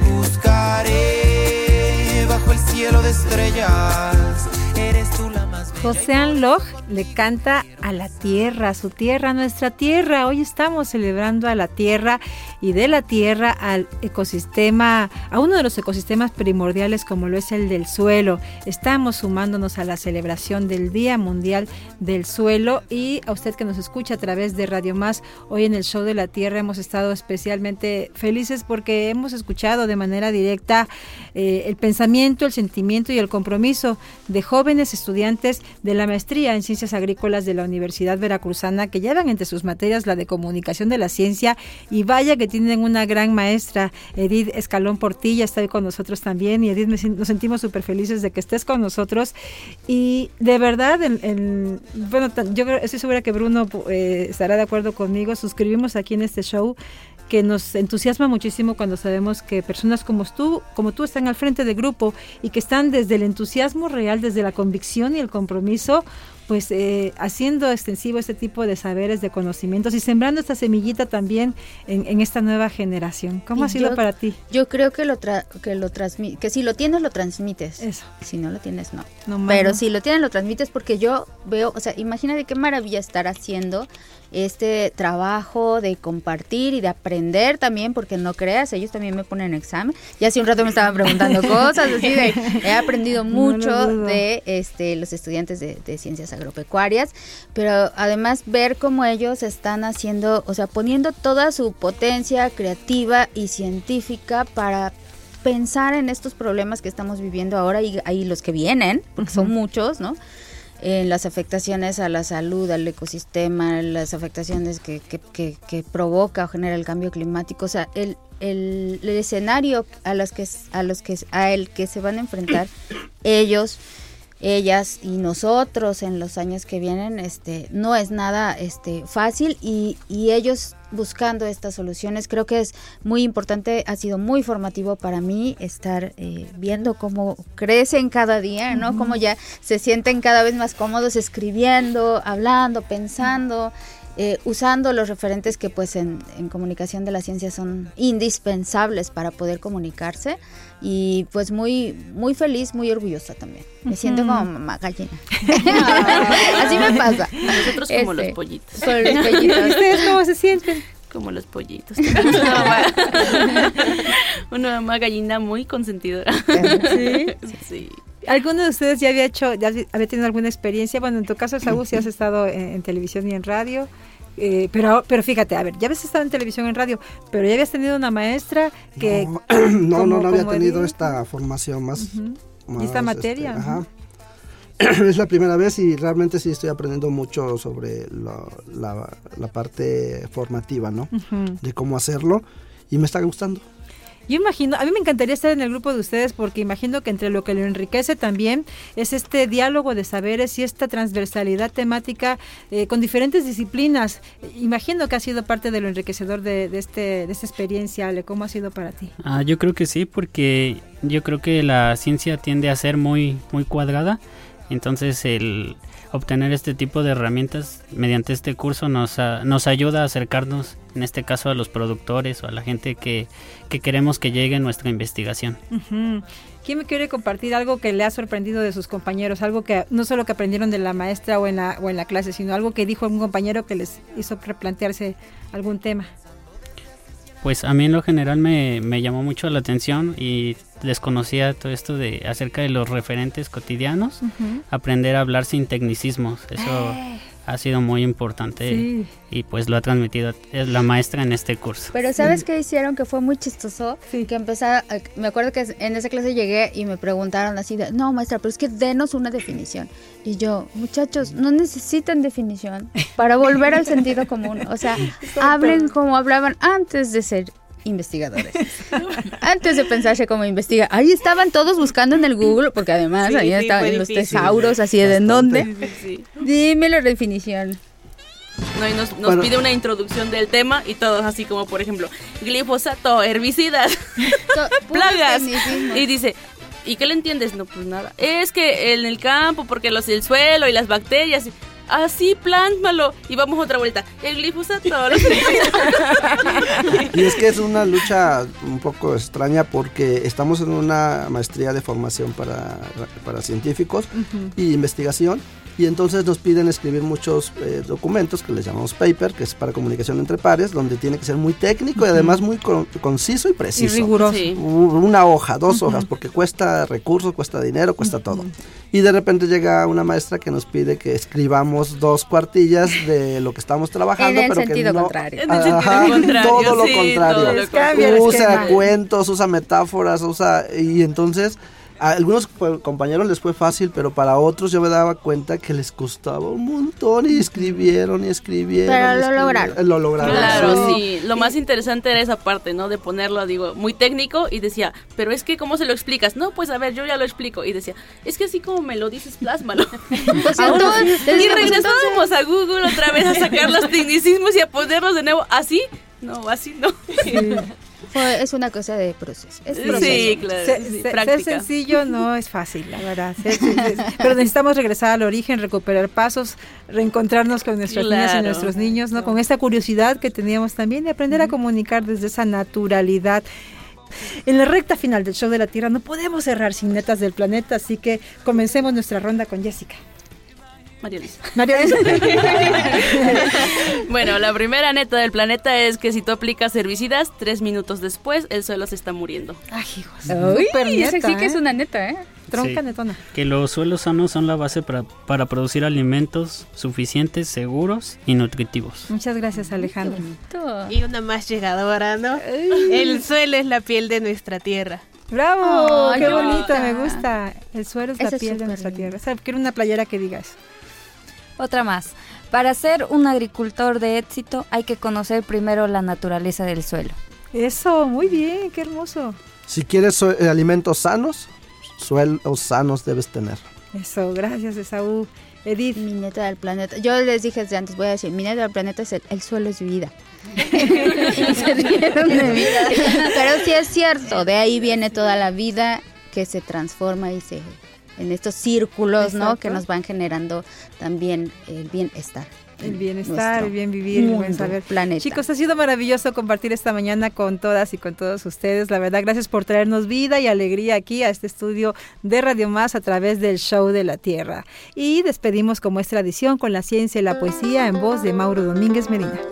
buscaré bajo el cielo de estrellas, eres tú la más bella. José Anloj le canta a la tierra, su tierra, nuestra tierra. Hoy estamos celebrando a la tierra y de la tierra al ecosistema, a uno de los ecosistemas primordiales como lo es el del suelo. Estamos sumándonos a la celebración del Día Mundial del Suelo y a usted que nos escucha a través de Radio Más, hoy en el Show de la Tierra hemos estado especialmente felices porque hemos escuchado de manera directa el pensamiento, el sentimiento y el compromiso de jóvenes estudiantes de la maestría en Ciencias Agrícolas de la Universidad Veracruzana que llevan entre sus materias la de Comunicación de la Ciencia y vaya que tienen una gran maestra. Edith Escalón Portilla está hoy con nosotros también y Edith, nos sentimos súper felices de que estés con nosotros y de verdad, bueno, yo estoy segura que Bruno estará de acuerdo conmigo, suscribimos aquí en este show que nos entusiasma muchísimo cuando sabemos que personas como tú están al frente del grupo y que están desde el entusiasmo real, desde la convicción y el compromiso, pues haciendo extensivo este tipo de saberes, de conocimientos y sembrando esta semillita también en esta nueva generación. ¿Cómo ha sido para ti? Yo creo que que si lo tienes lo transmites. Eso. Si no lo tienes no. Pero si lo tienes lo transmites porque yo veo, o sea, imagínate qué maravilla estar haciendo este trabajo de compartir y de aprender también, porque no creas, ellos también me ponen examen. Ya hace un rato me estaban preguntando cosas, así de, he aprendido mucho de los estudiantes de ciencias agropecuarias, pero además ver cómo ellos están haciendo, o sea, poniendo toda su potencia creativa y científica para pensar en estos problemas que estamos viviendo ahora y los que vienen, porque son muchos, ¿no? En las afectaciones a la salud, al ecosistema, las afectaciones que provoca o genera el cambio climático, o sea, el escenario al que se van a enfrentar ellos, ellas y nosotros en los años que vienen, no es nada fácil y ellos buscando estas soluciones. Creo que es muy importante, ha sido muy formativo para mí estar viendo cómo crecen cada día, ¿no? Cómo ya se sienten cada vez más cómodos escribiendo, hablando, pensando, usando los referentes que pues en comunicación de la ciencia son indispensables para poder comunicarse y pues muy, muy feliz, muy orgullosa también. Me siento como mamá gallina. Así me pasa. Nosotros como los pollitos. Con los pollitos. ¿Ustedes cómo se sienten? Como los pollitos. Una mamá gallina muy consentidora. ¿Sí? Sí. ¿Alguno de ustedes ya había tenido alguna experiencia? Bueno, en tu caso, Saúl, sí has estado en televisión y en radio. Pero fíjate, a ver, ya habías estado en televisión y en radio, pero ya habías tenido una maestra que... No había tenido esta formación más... ¿Y esta materia? Ajá. Es la primera vez y realmente sí estoy aprendiendo mucho sobre la parte formativa, ¿no? De cómo hacerlo y me está gustando. Yo imagino, a mí me encantaría estar en el grupo de ustedes porque imagino que entre lo que lo enriquece también es este diálogo de saberes y esta transversalidad temática con diferentes disciplinas. Imagino que ha sido parte de lo enriquecedor de esta experiencia, Ale. ¿Cómo ha sido para ti? Yo creo que sí, porque yo creo que la ciencia tiende a ser muy, muy cuadrada, entonces el obtener este tipo de herramientas mediante este curso nos ayuda a acercarnos, en este caso a los productores o a la gente que queremos que llegue a nuestra investigación. Uh-huh. ¿Quién me quiere compartir algo que le ha sorprendido de sus compañeros? Algo que no solo que aprendieron de la maestra o en la clase, sino algo que dijo un compañero que les hizo replantearse algún tema. Pues a mí en lo general me llamó mucho la atención y desconocía todo esto acerca de los referentes cotidianos, aprender a hablar sin tecnicismos, eso ha sido muy importante y pues lo ha transmitido la maestra en este curso. Pero ¿sabes qué hicieron? Que fue muy chistoso, que empezaba, me acuerdo que en esa clase llegué y me preguntaron así de, no maestra, pero es que denos una definición. Y yo, muchachos, no necesitan definición para volver al sentido común, o sea, hablen como hablaban antes de ser investigadores. Antes de pensarse como investigadores. Ahí estaban todos buscando en el Google, porque además ahí estaban los tesauros, así de ¿en dónde? Dime la definición. No, y nos pide una introducción del tema y todos así como, por ejemplo, glifosato, herbicidas, plagas. Y dice, ¿y qué le entiendes? No, pues nada. Es que en el campo, porque el suelo y las bacterias... Así, plánmalo. Y vamos otra vuelta. El glifosato. Y es que es una lucha un poco extraña porque estamos en una maestría de formación para científicos y investigación. Y entonces nos piden escribir muchos documentos que les llamamos paper, que es para comunicación entre pares, donde tiene que ser muy técnico y además muy conciso y preciso. Y riguroso. Una hoja, 2 hojas, porque cuesta recursos, cuesta dinero, cuesta todo. Y de repente llega una maestra que nos pide que escribamos 2 cuartillas de lo que estamos trabajando. En el pero sentido que no, contrario. Todo lo contrario. Usa esquema. cuentos, usa metáforas, y entonces... A algunos compañeros les fue fácil, pero para otros yo me daba cuenta que les costaba un montón y escribieron. Pero lo lograron. Claro, sí. Lo más interesante era esa parte, ¿no? De ponerlo, muy técnico y decía, pero es que ¿cómo se lo explicas? No, pues a ver, yo ya lo explico. Y decía, es que así como me lo dices, plásmalo. Y regresábamos a Google otra vez a sacar los tecnicismos y a ponerlos de nuevo. ¿Así? No, así no. Sí. Es una cosa de proceso. Sí, claro. Ser sencillo no es fácil, la verdad. Pero necesitamos regresar al origen, recuperar pasos, reencontrarnos con nuestras niñas y nuestros niños, ¿no? Con esta curiosidad que teníamos también y aprender a comunicar desde esa naturalidad. En la recta final del Show de la Tierra no podemos cerrar sin netas del planeta, así que comencemos nuestra ronda con Jessica. María Luisa. Bueno, Bueno, la primera neta del planeta es que si tú aplicas herbicidas, 3 minutos después el suelo se está muriendo. Ay, hijos. Eso sí que es una neta, Tronca netona. Que los suelos sanos son la base para producir alimentos suficientes, seguros y nutritivos. Muchas gracias, Alejandro. Y una más llegadora, ¿no? El suelo es la piel de nuestra tierra. ¡Bravo! Oh, ¡Qué qué bonito! bonita. Me gusta. El suelo es la piel de nuestra tierra. O sea, quiero una playera que diga eso. Otra más. Para ser un agricultor de éxito hay que conocer primero la naturaleza del suelo. Eso, muy bien, qué hermoso. Si quieres alimentos sanos, suelos sanos debes tener. Eso, gracias, Esaú. Edith. Mi neta del planeta. Yo les dije desde antes, voy a decir, mi neta del planeta es el suelo es vida. Se rieron de vida. Pero sí es cierto, de ahí viene toda la vida que se transforma y se... en estos círculos, ¿no? Que nos van generando también el bienestar. El bienestar, el bien vivir, el buen saber. Planeta. Chicos, ha sido maravilloso compartir esta mañana con todas y con todos ustedes. La verdad, gracias por traernos vida y alegría aquí a este estudio de Radio Más a través del Show de la Tierra. Y despedimos como es tradición con la ciencia y la poesía en voz de Mauro Domínguez Medina.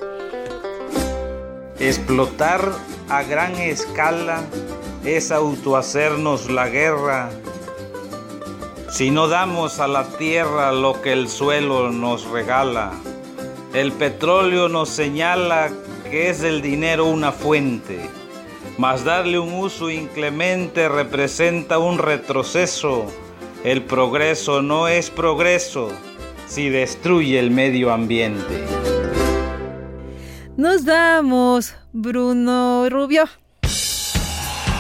Explotar a gran escala es autohacernos la guerra. Si no damos a la tierra lo que el suelo nos regala, el petróleo nos señala que es del dinero una fuente, mas darle un uso inclemente representa un retroceso. El progreso no es progreso si destruye el medio ambiente. Nos vamos, Bruno Rubio.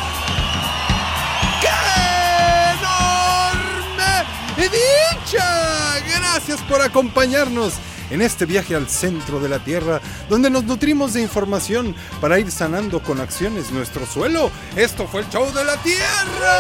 gracias por acompañarnos en este viaje al centro de la Tierra, donde nos nutrimos de información para ir sanando con acciones nuestro suelo. Esto fue el Show de la Tierra.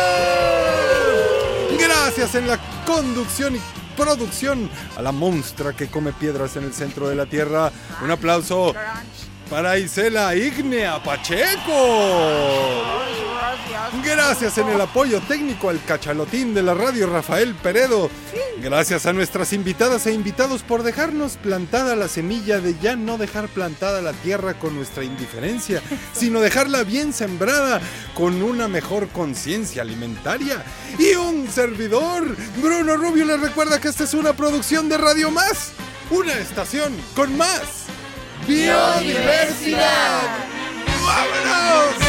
Gracias en la conducción y producción a la monstrua que come piedras en el centro de la Tierra. Un aplauso para Isela Ignea Pacheco. Gracias en el apoyo técnico al cachalotín de la radio, Rafael Peredo. Gracias a nuestras invitadas e invitados por dejarnos plantada la semilla de ya no dejar plantada la tierra con nuestra indiferencia, sino dejarla bien sembrada con una mejor conciencia alimentaria. Y un servidor, Bruno Rubio, les recuerda que esta es una producción de Radio Más, una estación con más biodiversidad. ¡Vámonos!